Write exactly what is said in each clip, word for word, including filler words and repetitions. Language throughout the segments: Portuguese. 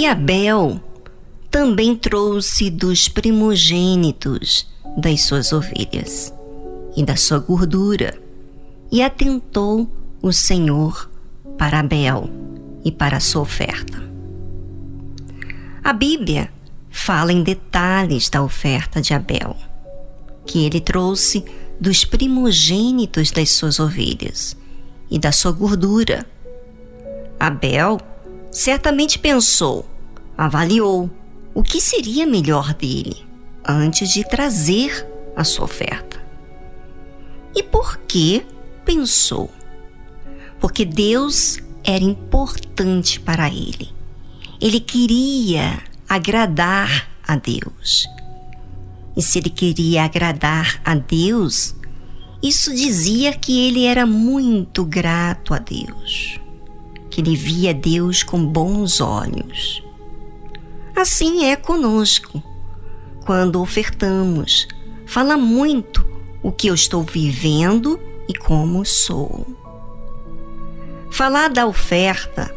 E Abel também trouxe dos primogênitos das suas ovelhas e da sua gordura, e atentou o Senhor para Abel e para a sua oferta. A Bíblia fala em detalhes da oferta de Abel, que ele trouxe dos primogênitos das suas ovelhas e da sua gordura. Abel certamente pensou, avaliou o que seria melhor dele antes de trazer a sua oferta. E por que pensou? Porque Deus era importante para ele. Ele queria agradar a Deus. E se ele queria agradar a Deus, isso dizia que ele era muito grato a Deus, que ele via Deus com bons olhos. Assim é conosco. Quando ofertamos, fala muito o que eu estou vivendo e como sou. Falar da oferta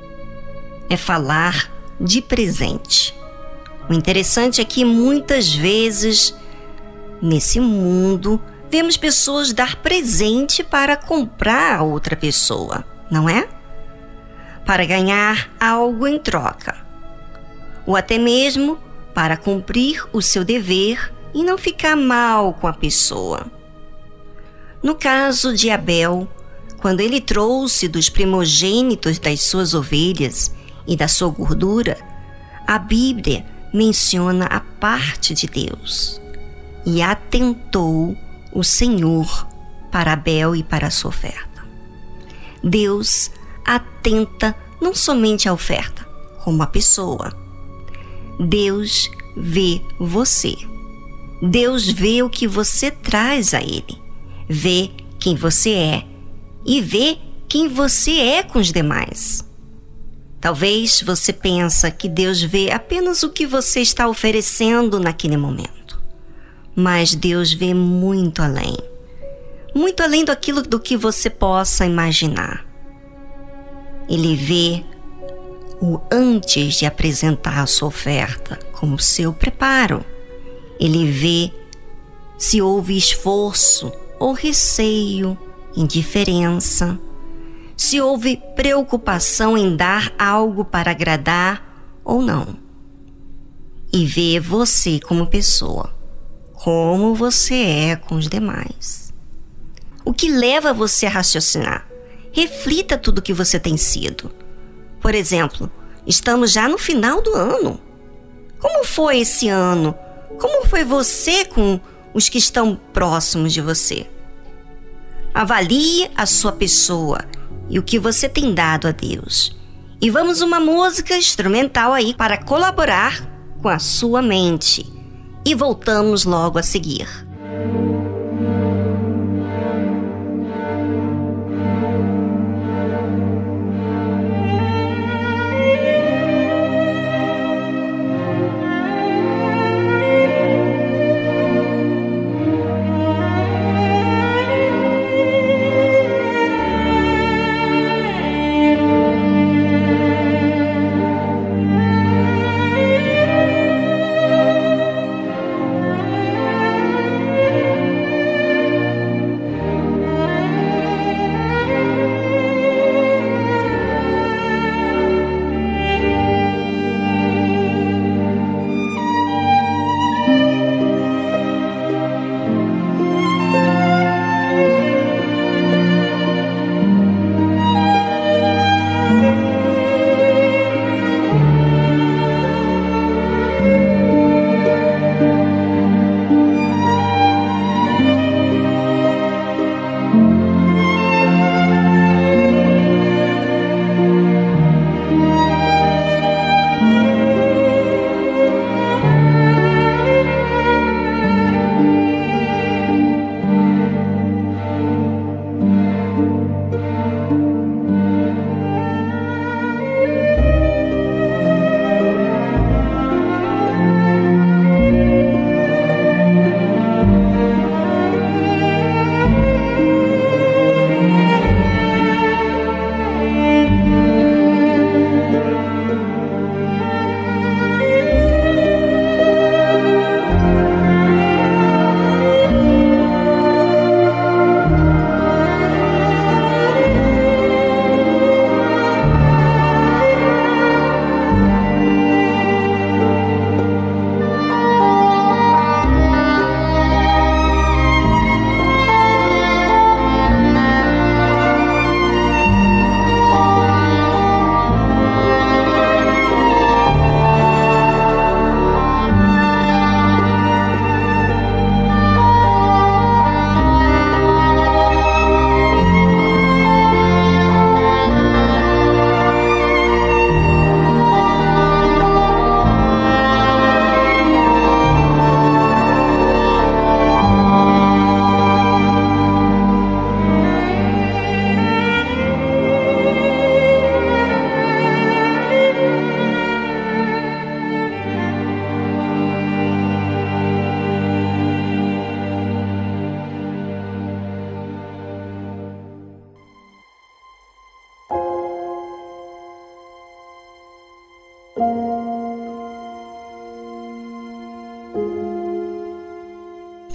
é falar de presente. O interessante é que muitas vezes, nesse mundo, vemos pessoas dar presente para comprar a outra pessoa, não é? Para ganhar algo em troca. Ou até mesmo para cumprir o seu dever e não ficar mal com a pessoa. No caso de Abel, quando ele trouxe dos primogênitos das suas ovelhas e da sua gordura, a Bíblia menciona a parte de Deus. E atentou o Senhor para Abel e para a sua oferta. Deus atenta não somente à oferta, como a pessoa. Deus vê você. Deus vê o que você traz a Ele. Vê quem você é e vê quem você é com os demais. Talvez você pense que Deus vê apenas o que você está oferecendo naquele momento. Mas Deus vê muito além. Muito além daquilo do que você possa imaginar. Ele vê o antes de apresentar a sua oferta como seu preparo. Ele vê se houve esforço ou receio, indiferença, se houve preocupação em dar algo para agradar ou não. E vê você como pessoa, como você é com os demais. O que leva você a raciocinar? Reflita tudo o que você tem sido. Por exemplo, estamos já no final do ano. Como foi esse ano? Como foi você com os que estão próximos de você? Avalie a sua pessoa e o que você tem dado a Deus. E vamos uma música instrumental aí para colaborar com a sua mente. E voltamos logo a seguir.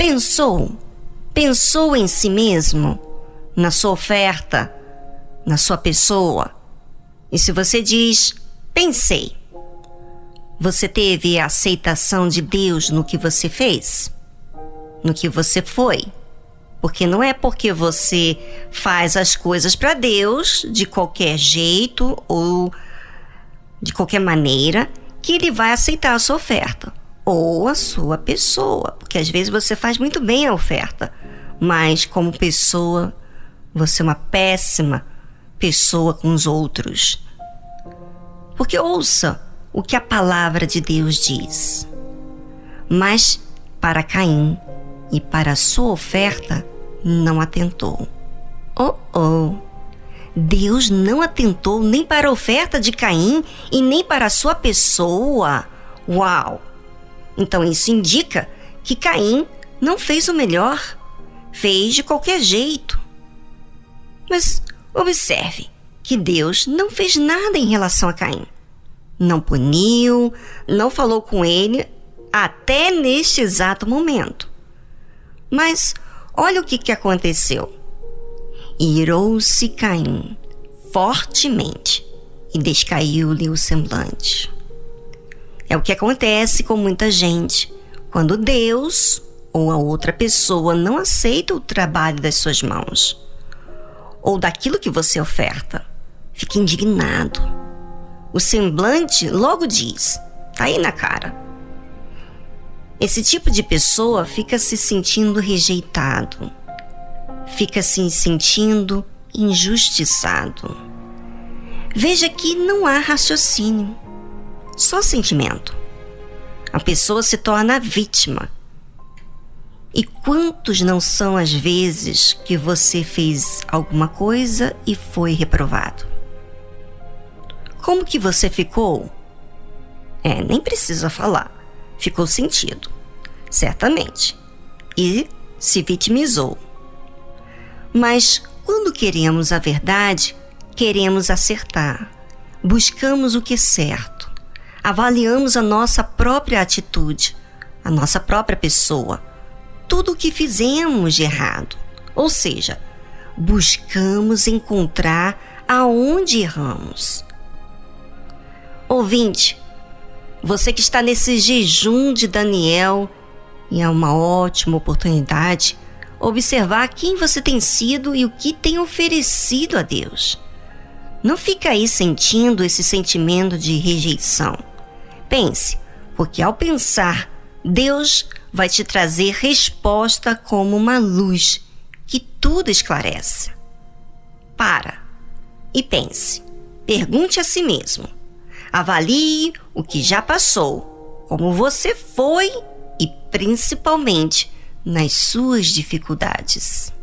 pensou? Pensou em si mesmo? Na sua oferta? Na sua pessoa? E se você diz, pensei, você teve a aceitação de Deus no que você fez? No que você foi? Porque não é porque você faz as coisas para Deus de qualquer jeito ou de qualquer maneira que Ele vai aceitar a sua oferta ou a sua pessoa. Porque às vezes você faz muito bem a oferta, mas como pessoa, você é uma péssima pessoa com os outros. Porque ouça o que a palavra de Deus diz. Mas para Caim e para a sua oferta não atentou. Oh, oh! Deus não atentou nem para a oferta de Caim e nem para a sua pessoa. Uau! Então isso indica que Caim não fez o melhor. Fez de qualquer jeito. Mas observe que Deus não fez nada em relação a Caim. Não puniu, não falou com ele até neste exato momento. Mas olha o que, que aconteceu. Irou-se Caim fortemente e descaiu-lhe o semblante. É o que acontece com muita gente quando Deus ou a outra pessoa não aceita o trabalho das suas mãos ou daquilo que você oferta. Fica indignado. O semblante logo diz, tá aí na cara. Esse tipo de pessoa fica se sentindo rejeitado, fica se sentindo injustiçado. Veja que não há raciocínio, só sentimento. A pessoa se torna vítima. E quantos não são as vezes que você fez alguma coisa e foi reprovado? Como que você ficou? É, nem precisa falar. Ficou sentido, certamente. E se vitimizou. Mas quando queremos a verdade, queremos acertar. Buscamos o que é certo. Avaliamos a nossa própria atitude, a nossa própria pessoa. Tudo o que fizemos de errado. Ou seja, buscamos encontrar aonde erramos. Ouvinte, você que está nesse jejum de Daniel, e é uma ótima oportunidade observar quem você tem sido e o que tem oferecido a Deus. Não fica aí sentindo esse sentimento de rejeição. Pense, porque ao pensar, Deus vai te trazer resposta como uma luz que tudo esclarece. Para e pense. Pergunte a si mesmo. Avalie o que já passou, como você foi e principalmente nas suas dificuldades.